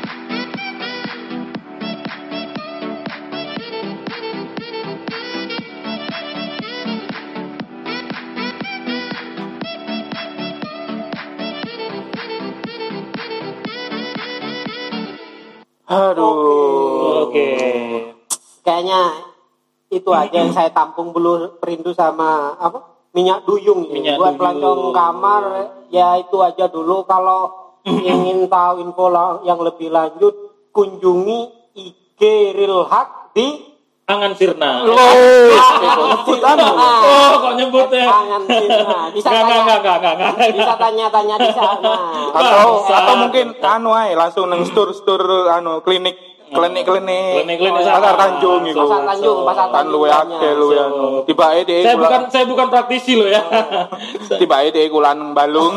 Speaker 2: Aduh.
Speaker 3: Oke.
Speaker 4: Kayaknya itu aja yang saya tampung bulu perindu sama apa? Minyak duyung ini.
Speaker 3: Minyak
Speaker 4: Buat
Speaker 3: duyung.
Speaker 4: pelancong kamar ya itu aja dulu. Kalau ingin tahu info la- yang lebih lanjut kunjungi I G Rilhak di
Speaker 3: Angan Sirna.
Speaker 2: Loh, nyebut anu.
Speaker 3: Oh, kok nyebut ya?
Speaker 4: Angan Sirna. Bisa
Speaker 3: Enggak,
Speaker 4: tanya,
Speaker 3: enggak, enggak, enggak, enggak.
Speaker 4: bisa tanya-tanya di sana.
Speaker 2: Atau
Speaker 3: Bangsat.
Speaker 2: atau mungkin anu ae langsung nang stur-stur anu klinik klinik-klinik
Speaker 3: Klinik-klinik
Speaker 2: Pasar
Speaker 3: sana.
Speaker 2: Tanjung iku.
Speaker 4: Pasar Tanjung, Pasar
Speaker 2: Kan
Speaker 4: Tanjung.
Speaker 2: luwe akeh luwe anu. Tibake dhek
Speaker 3: Saya bukan saya bukan praktisi loh ya.
Speaker 2: tibake dhek kulan balung.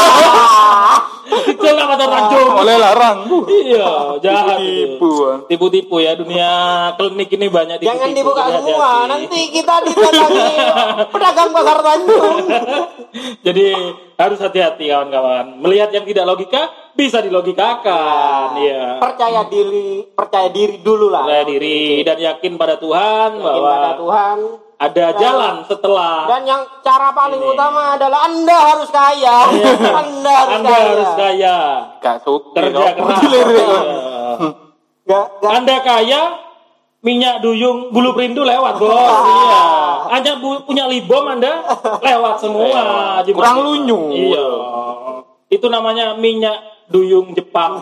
Speaker 3: Itu enggak Pasar Tanjung.
Speaker 2: Oleh larang.
Speaker 3: Iya, jahat itu.
Speaker 2: Tipu.
Speaker 3: Tipu-tipu ya, dunia klinik ini banyak tipu-tipu.
Speaker 4: Jangan dibuka
Speaker 3: Jadi
Speaker 4: semua,
Speaker 3: hati-hati.
Speaker 4: nanti kita didatangi pedagang Pasar Tanjung.
Speaker 3: Jadi harus hati-hati kawan-kawan. Melihat yang tidak logika bisa dilogikakan. Iya.
Speaker 4: Percaya diri, percaya diri dulu lah.
Speaker 3: Percaya diri dan yakin pada Tuhan
Speaker 4: Yakin
Speaker 3: bahwa
Speaker 4: pada Tuhan.
Speaker 3: ada jalan setelah
Speaker 4: Dan yang cara paling
Speaker 3: Ini.
Speaker 4: utama adalah Anda harus kaya. Anda harus
Speaker 3: Anda
Speaker 4: kaya.
Speaker 3: harus kaya.
Speaker 2: Gak suki.
Speaker 3: Kerja
Speaker 2: kok.
Speaker 3: keras.
Speaker 2: Dilirik.
Speaker 3: Iya.
Speaker 4: Gak, gak.
Speaker 3: Anda kaya, minyak duyung bulu perindu lewat bos. Iya. Anda bu- punya libom Anda lewat semua. Jemaah.
Speaker 2: Kurang lunyu.
Speaker 3: Iya. Itu namanya minyak duyung Jepang.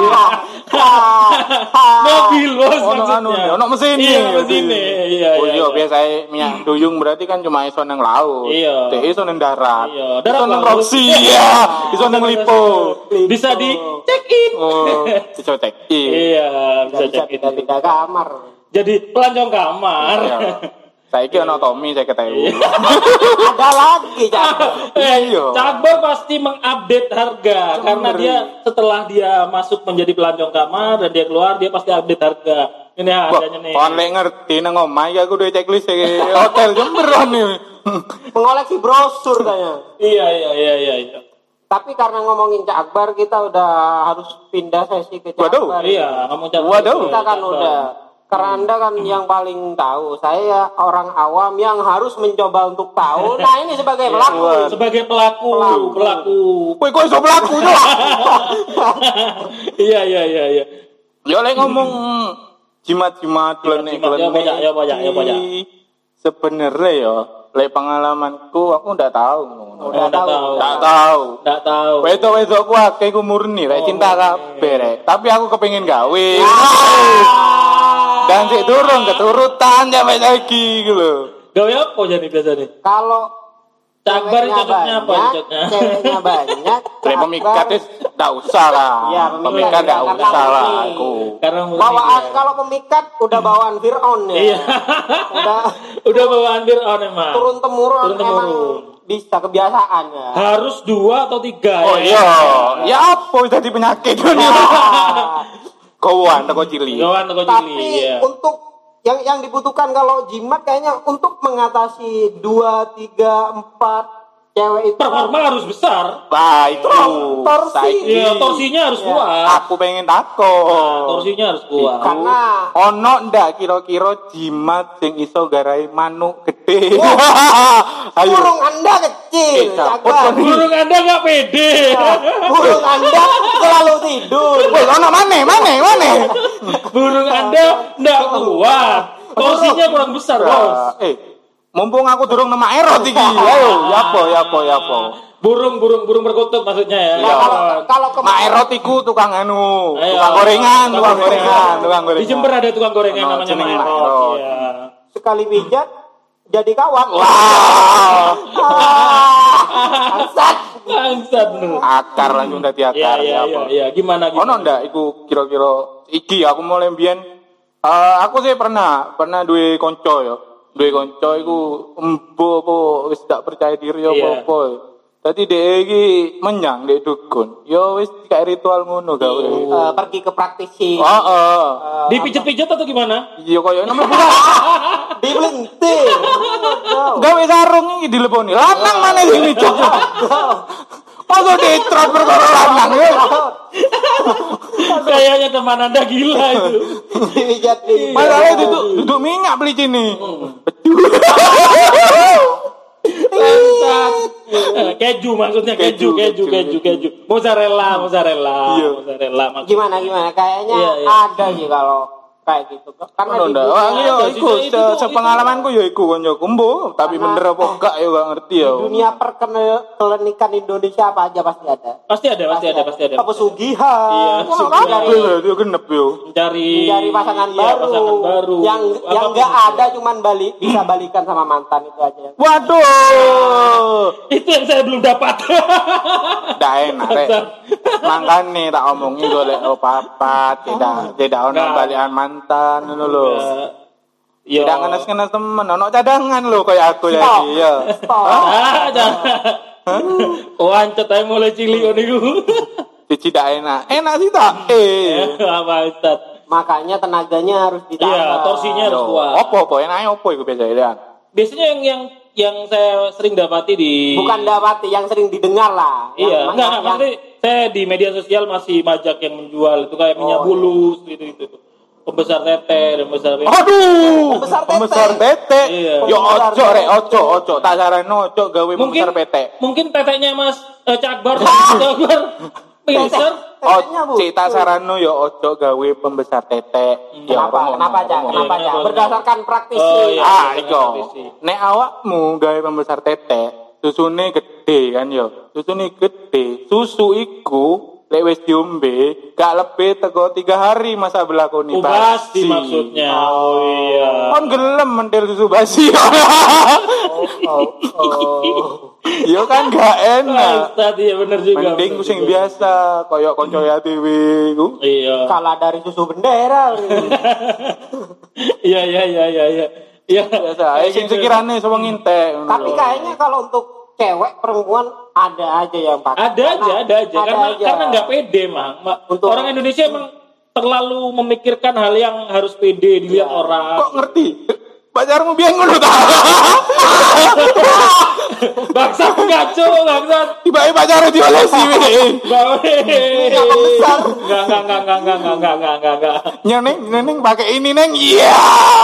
Speaker 3: Mobil bos
Speaker 2: Ono anu,
Speaker 3: maksudnya.
Speaker 2: ono mesin.
Speaker 3: Iya, mesinnya. Iya,
Speaker 2: Oh
Speaker 3: iya.
Speaker 2: iya, biasa minyak duyung berarti kan cuma iso nang laut.
Speaker 3: Iya.
Speaker 2: Dek iso nang darat.
Speaker 3: Iya, darat
Speaker 2: Iso nang
Speaker 3: laut.
Speaker 2: Roxy. Iya, iso nang Lipo.
Speaker 3: Bisa di check in.
Speaker 2: Oh, iso check in.
Speaker 3: Iya, bisa
Speaker 4: Bisa
Speaker 3: check in.
Speaker 4: pindah-pindah kamar.
Speaker 3: Jadi pelancong kamar.
Speaker 2: Iya. Saiki ono Tommy saya ketahui.
Speaker 4: Ada lagi Cak.
Speaker 3: Eh,
Speaker 2: Iya.
Speaker 3: Cakbar pasti mengupdate harga karena dia setelah dia masuk menjadi pelancong kamar dan dia keluar dia pasti update harga. Ini harganya nih.
Speaker 2: Kon lek ngerti nang omah ya aku duwe checklist e hotel Jember nih.
Speaker 4: Mengoleksi brosur kayaknya.
Speaker 3: Iya iya iya iya. iya.
Speaker 4: Tapi karena ngomongin Cak Akbar, kita udah harus pindah sesi ke Cak
Speaker 2: Waduh,
Speaker 4: Akbar.
Speaker 3: Iya, kamu Cakbar.
Speaker 2: Waduh.
Speaker 4: Kita kan udah. Karena Anda kan yang paling tahu. Saya orang awam yang harus mencoba untuk tahu. Nah ini sebagai pelaku.
Speaker 3: Sebagai pelaku,
Speaker 4: Pelaku.
Speaker 3: pelaku.
Speaker 2: Kowe kok iso mlaku yo?
Speaker 3: Iya iya iya iya.
Speaker 2: Yo lek ngomong jimat-jimat klenik
Speaker 3: Jimat-jimat, ya, banyak, ya, banyak, ya, banyak.
Speaker 2: Sebenarnya yo, lek pengalamanku aku ndak tahu ngono.
Speaker 4: Nggak
Speaker 3: Nggak
Speaker 4: tahu.
Speaker 3: tahu.
Speaker 2: Ndak tahu.
Speaker 3: Nggak tahu.
Speaker 2: Wedok-wedokku akeh ku murni, rek
Speaker 3: Oh,
Speaker 2: cinta
Speaker 3: murni.
Speaker 2: kabeh rek. Tapi aku kepengin gawe. Dan sik durung keturutan sampai saiki iku lho.
Speaker 3: Gawe apa jadi biasa nih?
Speaker 4: Kalau
Speaker 3: Cakbar
Speaker 4: ceweknya
Speaker 3: cocoknya apa?
Speaker 4: banyak,
Speaker 3: Cocoknya?
Speaker 4: Ceweknya banyak.
Speaker 2: Lek
Speaker 4: Cak
Speaker 2: pemikat
Speaker 4: Akbar-
Speaker 2: is ndak usah lah.
Speaker 4: Iya, pemikat
Speaker 2: Pemikat ndak
Speaker 4: ya, karena
Speaker 2: usah lah
Speaker 4: murni.
Speaker 2: aku.
Speaker 3: Karena murni
Speaker 4: Bawaan
Speaker 3: dia.
Speaker 4: kalau pemikat udah bawaan Fir'aun ya.
Speaker 3: Iya.
Speaker 4: Udah
Speaker 3: Udah bawaan Fir'aun emang.
Speaker 4: turun temurun,
Speaker 3: Turun temurun.
Speaker 4: emang bisa kebiasaan ya.
Speaker 3: Harus dua atau tiga
Speaker 2: Oh
Speaker 3: ya.
Speaker 2: iya, ya apa jadi penyakit ini? Kawan teko cili.
Speaker 3: Gawan atau
Speaker 4: Tapi
Speaker 3: cili ya.
Speaker 4: untuk yang yang dibutuhkan kalau jimat kayaknya untuk mengatasi dua, tiga, empat cewek itu
Speaker 3: Performa harus besar.
Speaker 2: Nah itu
Speaker 4: Torsi.
Speaker 2: saiki.
Speaker 3: Iya, torsinya harus
Speaker 4: Iya.
Speaker 3: kuat.
Speaker 2: Aku pengen takut.
Speaker 3: Torsinya harus kuat.
Speaker 4: karena
Speaker 2: Ono ndak kira-kira jimat sing iso garai manuk gede? Ayo.
Speaker 4: burung Anda kecil,
Speaker 2: Eh, caput
Speaker 4: Cakbar.
Speaker 2: kan.
Speaker 3: Burung Anda nggak pede.
Speaker 4: Burung Anda selalu tidur.
Speaker 2: Woi, ono mana? Mana? Mana?
Speaker 3: Burung Anda nggak kuat. Torsinya kurang besar, Bos.
Speaker 2: Eh, mumpung aku durung nama erot iki. Ayo, ya apa, ya apa, ya apa.
Speaker 3: Burung burung burung berkutub maksudnya ya.
Speaker 4: Nah, kalau kalau
Speaker 2: Mak
Speaker 4: kemarin
Speaker 2: erot iku tukang anu,
Speaker 3: Ayo.
Speaker 2: tukang gorengan, tukang
Speaker 3: Tukang
Speaker 2: gorengan,
Speaker 3: gorengan.
Speaker 2: tukang gorengan.
Speaker 3: Di Jember ada tukang gorengan
Speaker 2: Ono
Speaker 3: namanya
Speaker 2: jeneng
Speaker 3: Mak
Speaker 2: Mak
Speaker 3: Erot.
Speaker 2: Erot.
Speaker 3: Iya.
Speaker 4: sekali pijat jadi kawat.
Speaker 2: Wah,
Speaker 4: Ah, bangsat.
Speaker 3: Bangsat bener.
Speaker 2: akar langsung dadi
Speaker 3: Iya
Speaker 2: akar
Speaker 3: iya
Speaker 2: ya
Speaker 3: iya
Speaker 2: apa.
Speaker 3: iya. Gimana
Speaker 2: Ono
Speaker 3: gimana?
Speaker 2: ndak iku kira-kira iki aku mulai mbiyen eh, aku sih pernah pernah duwe kanca ya. Duwe kanca iku embo apa wis gak percaya diri
Speaker 3: Iya.
Speaker 2: apa-apa. Dadi dhek iki menyang ndek dukun. Ya wis kayak ritual ngono gawe.
Speaker 4: Eh, pergi ke praktisi.
Speaker 2: Heeh.
Speaker 3: Dipijet-pijet atau gimana?
Speaker 2: Iya koyo nama bukan.
Speaker 4: Dibelintir.
Speaker 2: Gawe sarung iki dileponi. Lanang mana sini cuk. Masa ditrot perkara lanang ya.
Speaker 3: Kayaknya teman Anda gila itu.
Speaker 4: Dipijat di.
Speaker 2: Masalahnya duduk duduk minyak beli sini.
Speaker 3: Bangsat. Eh, Keju maksudnya keju,
Speaker 2: Keju,
Speaker 3: keju,
Speaker 2: keju,
Speaker 3: keju, keju. Mozzarella, mozzarella,
Speaker 2: Iya.
Speaker 3: mozzarella. maksudnya.
Speaker 4: Gimana gimana? Kayaknya
Speaker 3: Iya, iya.
Speaker 4: ada sih kalau kayak gitu. Karena
Speaker 2: Ono
Speaker 4: di
Speaker 2: ndak?
Speaker 4: dunia,
Speaker 2: Oh iya
Speaker 3: ada,
Speaker 2: iku
Speaker 3: itu- itu-
Speaker 2: se- sepengalamanku ya iku koncoku mbo, tapi
Speaker 4: Karena-
Speaker 2: bener apa enggak ya gak ngerti ya.
Speaker 4: di dunia perkelenikan Indonesia apa aja pasti ada.
Speaker 3: Pasti ada, pasti ada, pasti ada.
Speaker 4: Pesugihan.
Speaker 3: Iya,
Speaker 2: Ono
Speaker 3: pesugihan.
Speaker 2: kabeh berarti yo genep yo.
Speaker 3: Mencari
Speaker 4: Mencari pasangan
Speaker 3: iya,
Speaker 4: baru.
Speaker 3: pasangan baru.
Speaker 4: Yang yang
Speaker 3: Apapun
Speaker 4: enggak
Speaker 3: itu.
Speaker 4: ada cuman balik bisa balikan sama mantan itu aja.
Speaker 2: Waduh.
Speaker 3: Itu yang saya belum dapat.
Speaker 2: Ndak enak rek. Makane tak omongi golek papat, tidak tidak ono
Speaker 3: Nggak.
Speaker 2: balikan mantan ngono lho.
Speaker 3: Ya.
Speaker 2: Tidak ngenes-ngenes temen, ono cadangan lho kayak aku ya
Speaker 4: Stop.
Speaker 2: iki ya.
Speaker 4: Stop.
Speaker 3: Ah, jangan. Wancet aja mulai cilik ngono iku.
Speaker 2: Cici tidak enak. Enak sih tak? Eh.
Speaker 3: Apa Ustaz?
Speaker 4: Makanya tenaganya harus ditambah.
Speaker 3: Iya, torsinya harus
Speaker 2: Yo,
Speaker 3: kuat.
Speaker 2: Opo opo enake opo iku biasanya.
Speaker 3: Biasanya yang yang yang saya sering dapati di
Speaker 4: Bukan dapati yang sering didengar lah. Yang-
Speaker 3: Iya,
Speaker 4: yang-
Speaker 3: enggak,
Speaker 4: yang-
Speaker 3: maksudnya saya di media sosial masih majak yang menjual itu kayak minyak
Speaker 4: Oh,
Speaker 3: bulus gitu gitu. Pembesar tete, pembesar tete.
Speaker 2: Aduh,
Speaker 4: Pembesar tete.
Speaker 2: pembesar tete.
Speaker 3: Iya.
Speaker 2: Yo
Speaker 4: Pembesar
Speaker 2: ojo rek,
Speaker 4: tete.
Speaker 2: ojo, ojo. Tak sarano ojo gawe
Speaker 3: Mungkin
Speaker 2: pembesar tete.
Speaker 3: mungkin teteknya Mas eh, Cakbar, Cakbar. Pembesar.
Speaker 2: Oh,
Speaker 4: Tetenya, Bu.
Speaker 2: cik tak sarano yo ojo gawe pembesar tete. Yo,
Speaker 4: Kenapa?
Speaker 2: ngomong,
Speaker 4: Kenapa aja?
Speaker 2: ngomong.
Speaker 4: Kenapa
Speaker 3: Iya,
Speaker 4: aja?
Speaker 3: kenapa?
Speaker 4: Berdasarkan praktisi.
Speaker 3: Oh, iya.
Speaker 2: Ah,
Speaker 3: Iya,
Speaker 2: iko.
Speaker 3: kompetisi.
Speaker 2: Nek awakmu gawe pembesar tete, susune gede kan yo. Susune gede. Susu iku lek wis diombe gak lebih teko tiga hari masa berlaku nih
Speaker 3: Oh, pasti maksudnya. Oh iya.
Speaker 2: Kon gelem mentil susu basi.
Speaker 4: Oh, oh.
Speaker 2: Yo kan gak enak.
Speaker 3: Ustaz iya bener juga.
Speaker 2: Mending
Speaker 3: bener
Speaker 2: ku sing
Speaker 3: juga.
Speaker 2: biasa koyo kanca ya dhewe iku.
Speaker 3: Iya.
Speaker 4: Kalah dari susu bendera.
Speaker 3: Iya iya iya iya iya. Iya.
Speaker 2: Biasa ae sing sekirane sapa ngintek. ngono
Speaker 4: Tapi
Speaker 2: lho.
Speaker 4: kayaknya kalau untuk cewek perempuan ada aja yang pakai.
Speaker 3: Ada aja,
Speaker 4: Karena-
Speaker 3: ada aja. Karena
Speaker 4: aja.
Speaker 3: karena nggak pede, Mang. Ma-
Speaker 4: Untuk-
Speaker 3: Orang Indonesia emang terlalu memikirkan hal yang harus pede dilihat
Speaker 4: Iya.
Speaker 3: orang.
Speaker 2: Kok ngerti? Pacarmu biyen ngono ta?
Speaker 3: Bangsa ngaco, bangsa.
Speaker 2: Tiba-tiba pacarmu diolesi weh.
Speaker 3: Gawe.
Speaker 4: Minyak besar.
Speaker 3: Enggak, enggak, enggak, enggak, enggak, enggak, enggak, enggak, enggak, enggak.
Speaker 2: Nyeneng, nyeneng pakai ini neng. Iya.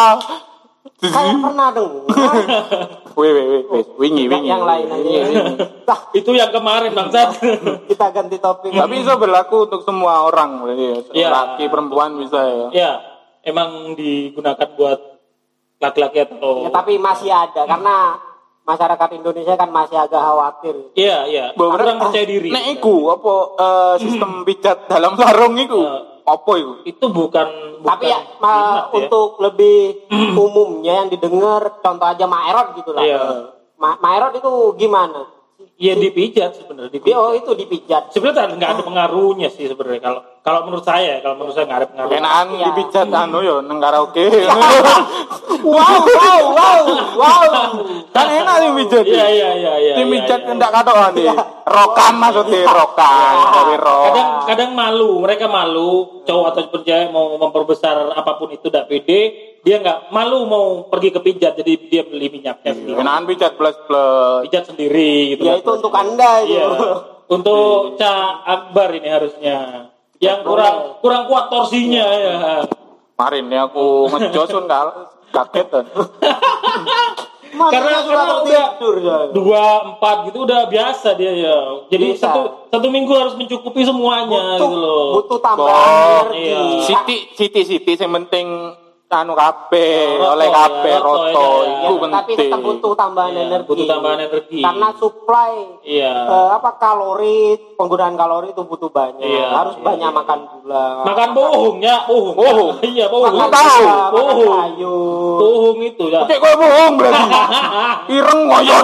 Speaker 4: Kayak pernah dengar.
Speaker 2: Weh, weh, weh, weh. Wingi, wingi.
Speaker 4: Yang lain aja.
Speaker 2: Wingi, wingi.
Speaker 4: Nah,
Speaker 3: Itu yang kemarin, bangsa.
Speaker 4: kita ganti topik.
Speaker 2: Tapi itu berlaku untuk semua orang, berarti ya.
Speaker 3: Iya.
Speaker 2: Laki, perempuan bisa ya.
Speaker 3: Ya, emang digunakan buat laki-laki atau
Speaker 4: Ya, tapi masih ada karena masyarakat Indonesia kan masih agak khawatir.
Speaker 3: Iya, iya.
Speaker 2: Bahwa
Speaker 3: Kurang
Speaker 2: bener-
Speaker 3: percaya diri.
Speaker 2: Nek iku apa eh, sistem pijat dalam sarung iku?
Speaker 3: Eh,
Speaker 2: Apa iku?
Speaker 3: Itu bukan, bukan
Speaker 4: Tapi ya, ma-
Speaker 3: jimat ya.
Speaker 4: untuk lebih umumnya yang didengar, contoh aja Maerot gitu lah.
Speaker 3: Iya.
Speaker 4: Ma- Maerot itu gimana?
Speaker 3: Ya dipijat sebenarnya,
Speaker 4: Dia oh
Speaker 3: dipijat.
Speaker 4: itu dipijat.
Speaker 3: Sebenarnya nggak ada pengaruhnya sih sebenarnya kalau kalau menurut saya, kalau menurut saya nggak ada pengaruh.
Speaker 2: Enakan
Speaker 4: Iya.
Speaker 2: dipijat anu yo nang karaoke.
Speaker 4: Wow, wow, wow, wow.
Speaker 2: Kan enak sih pijat.
Speaker 3: Iya iya iya iya.
Speaker 2: Tim
Speaker 3: iya,
Speaker 2: pijat
Speaker 3: iya.
Speaker 2: ndak katokan iki. Rokan maksudnya rokan, gawe rok.
Speaker 3: Kadang kadang malu, mereka malu cowok atau cewek mau memperbesar apapun itu tidak pede, dia nggak malu mau pergi ke pijat, jadi dia beli minyaknya sendiri,
Speaker 2: Enakan pijat plus-plus.
Speaker 3: pijat sendiri gitu.
Speaker 4: Ya
Speaker 3: kan.
Speaker 4: itu untuk Anda itu.
Speaker 3: Iya. Untuk Ca Akbar ini harusnya yang kurang kurang kuat torsinya ya.
Speaker 2: Kemarin ya aku ngejos kan kal kaget kan.
Speaker 4: Masih
Speaker 3: Karena
Speaker 4: sudah
Speaker 3: karena udah
Speaker 4: tertidur ya.
Speaker 3: dua empat gitu udah biasa dia ya. Jadi
Speaker 4: Bisa.
Speaker 3: satu satu minggu harus mencukupi semuanya
Speaker 4: Butuh,
Speaker 3: gitu loh.
Speaker 4: butuh tambahan
Speaker 2: Oh,
Speaker 4: energi.
Speaker 3: iya.
Speaker 2: Siti Siti Siti yang penting anu kabeh,
Speaker 3: Roto,
Speaker 2: oleh
Speaker 3: ya,
Speaker 2: kabeh
Speaker 3: roto,
Speaker 2: roto
Speaker 3: ya, ya.
Speaker 2: itu
Speaker 4: Ya,
Speaker 2: penting.
Speaker 4: tapi tetap butuh tambahan
Speaker 3: Iya,
Speaker 4: energi.
Speaker 3: butuh tambahan energi.
Speaker 4: Karena supply
Speaker 3: Iya.
Speaker 4: eh, apa kalori, penggunaan kalori itu butuh banyak.
Speaker 3: Iya,
Speaker 4: Harus
Speaker 3: iya,
Speaker 4: banyak
Speaker 3: iya.
Speaker 4: makan gula.
Speaker 3: Makan bohong ya, bohong.
Speaker 2: Bohong.
Speaker 3: Iya, bohong.
Speaker 4: Makan
Speaker 2: tahu.
Speaker 4: gula, makan
Speaker 3: Bohong.
Speaker 4: sayur.
Speaker 3: Bohong itu ya.
Speaker 2: Cek kowe bohong berarti. Ireng koyot.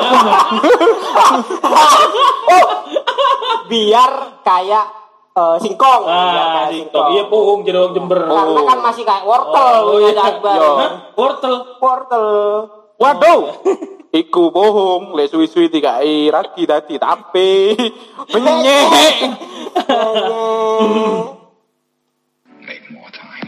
Speaker 4: Biar kayak eh, singkong. Biar
Speaker 3: Ah,
Speaker 4: kayak
Speaker 3: singkong. Iya, bohong jadi orang Jember.
Speaker 4: Karena kan masih kayak wortel.
Speaker 3: Oh, iya.
Speaker 4: Akbar.
Speaker 2: Yo.
Speaker 3: Hah? Wortel.
Speaker 4: Wortel.
Speaker 2: Waduh. Iku bohong, lek suwi-suwi dikai ragi tadi tapi benyek.
Speaker 1: Make more time.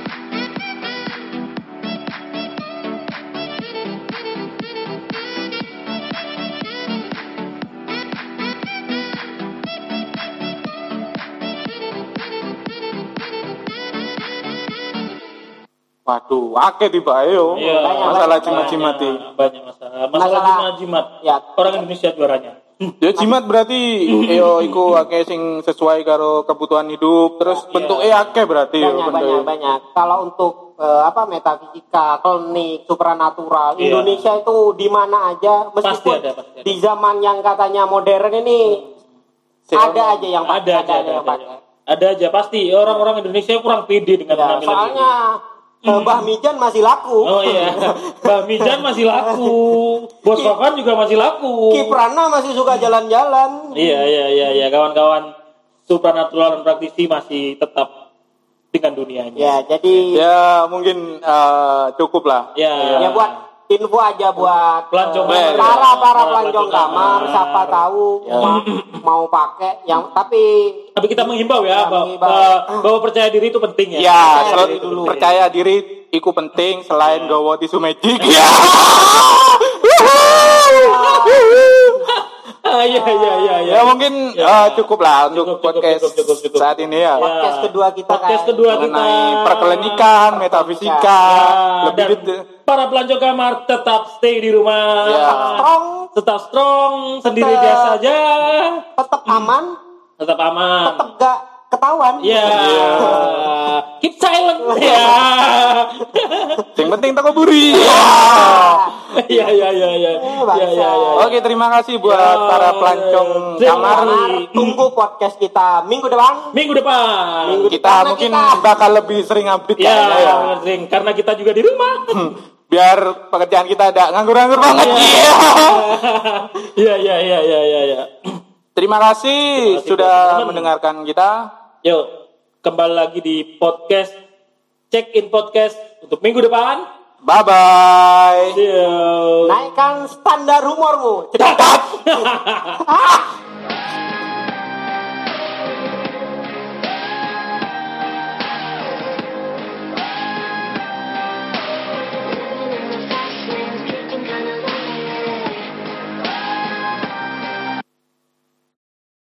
Speaker 2: Waduh, akeh tiba yo.
Speaker 3: Iya.
Speaker 2: Masalah
Speaker 4: Banyak,
Speaker 2: jimat-jimat iki.
Speaker 3: Banyak, banyak masalah. Masalah
Speaker 4: Masalah-
Speaker 3: jimat-jimat.
Speaker 4: Ya.
Speaker 3: Orang Indonesia juaranya.
Speaker 2: Ya jimat berarti yo iku akeh sing sesuai karo kebutuhan hidup, terus
Speaker 3: Iya.
Speaker 2: bentuknya akeh berarti yo
Speaker 4: Banyak, banyak,
Speaker 2: bentuknya.
Speaker 4: banyak. Kalau untuk eh, apa metafisika, klinik, supranatural.
Speaker 3: Iya.
Speaker 4: Indonesia itu di mana aja meskipun
Speaker 3: Pasti ada, pasti ada.
Speaker 4: di zaman yang katanya modern ini ada aja yang pakai,
Speaker 3: ada aja, ada,
Speaker 4: yang
Speaker 3: ada,
Speaker 4: pakai.
Speaker 3: ada aja pasti orang-orang Indonesia kurang pede dengan
Speaker 4: Ya,
Speaker 3: penampilan
Speaker 4: soalnya eh, Bah Mijan masih laku.
Speaker 3: Oh iya, Mbak Mijan masih laku, Bos Pakan juga masih laku.
Speaker 4: Kiprana masih suka jalan-jalan.
Speaker 3: Iya iya iya iya kawan-kawan supranatural dan praktisi masih tetap dengan dunianya.
Speaker 4: Ya, jadi
Speaker 2: Ya mungkin eh, cukup lah.
Speaker 3: Ya,
Speaker 4: ya buat info aja buat
Speaker 3: Pelancong
Speaker 4: eh,
Speaker 3: kamar.
Speaker 4: para para
Speaker 3: Para
Speaker 4: pelancong
Speaker 3: pelancong
Speaker 4: kamar,
Speaker 3: kamar.
Speaker 4: siapa tahu
Speaker 2: Ya.
Speaker 4: mau, mau pakai yang tapi
Speaker 3: Tapi kita menghimbau ya,
Speaker 4: Ya,
Speaker 3: bahwa,
Speaker 4: menghimbau.
Speaker 3: bahwa percaya diri itu penting ya.
Speaker 2: Ya,
Speaker 4: Percaya
Speaker 2: sel-
Speaker 4: diri dulu.
Speaker 2: percaya diri iku penting selain gawa tisu magic. Ya.
Speaker 3: Ah, iya iya iya iya.
Speaker 2: Ya mungkin eh, cukup lah untuk
Speaker 3: Cukup, cukup,
Speaker 2: podcast
Speaker 3: cukup, cukup, cukup.
Speaker 2: saat ini ya.
Speaker 4: podcast kedua kita
Speaker 3: Podcast
Speaker 4: kayak-
Speaker 3: kedua kita
Speaker 2: Mengenai perkelenikan, metafisika,
Speaker 3: Ya,
Speaker 2: lebih
Speaker 3: dan
Speaker 2: detail.
Speaker 3: para pelancong kamar tetap stay di rumah.
Speaker 2: Ya.
Speaker 4: strong,
Speaker 3: Tetap strong, sendiri
Speaker 4: Tetap-
Speaker 3: biasa aja.
Speaker 4: tetap aman,
Speaker 3: Tetap aman.
Speaker 4: tetap gak ketahuan.
Speaker 3: Ya. Keep silent. Ya.
Speaker 2: Yang penting toko buri.
Speaker 3: Ya ya ya ya. Ya ya ya.
Speaker 2: Oke, terima kasih buat
Speaker 3: Ya,
Speaker 2: para pelancong
Speaker 3: terima
Speaker 2: kamar.
Speaker 4: Kamar, tunggu podcast kita minggu depan.
Speaker 3: Minggu depan.
Speaker 4: Minggu
Speaker 2: Kita
Speaker 4: Karena
Speaker 2: mungkin
Speaker 4: kita-
Speaker 2: bakal lebih sering update
Speaker 3: Ya,
Speaker 2: kayaknya ya.
Speaker 3: sering. Karena kita juga di rumah.
Speaker 2: Biar pekerjaan kita ada nganggur-nganggur banget. Iya.
Speaker 3: Iya iya iya iya iya ya.
Speaker 2: Terima kasih
Speaker 3: kasih
Speaker 2: sudah
Speaker 3: buat teman-teman.
Speaker 2: mendengarkan kita.
Speaker 3: Yuk, kembali lagi di podcast Check in Podcast untuk minggu depan.
Speaker 2: Bye bye.
Speaker 3: See you.
Speaker 4: Naikkan standar humormu. Cepat.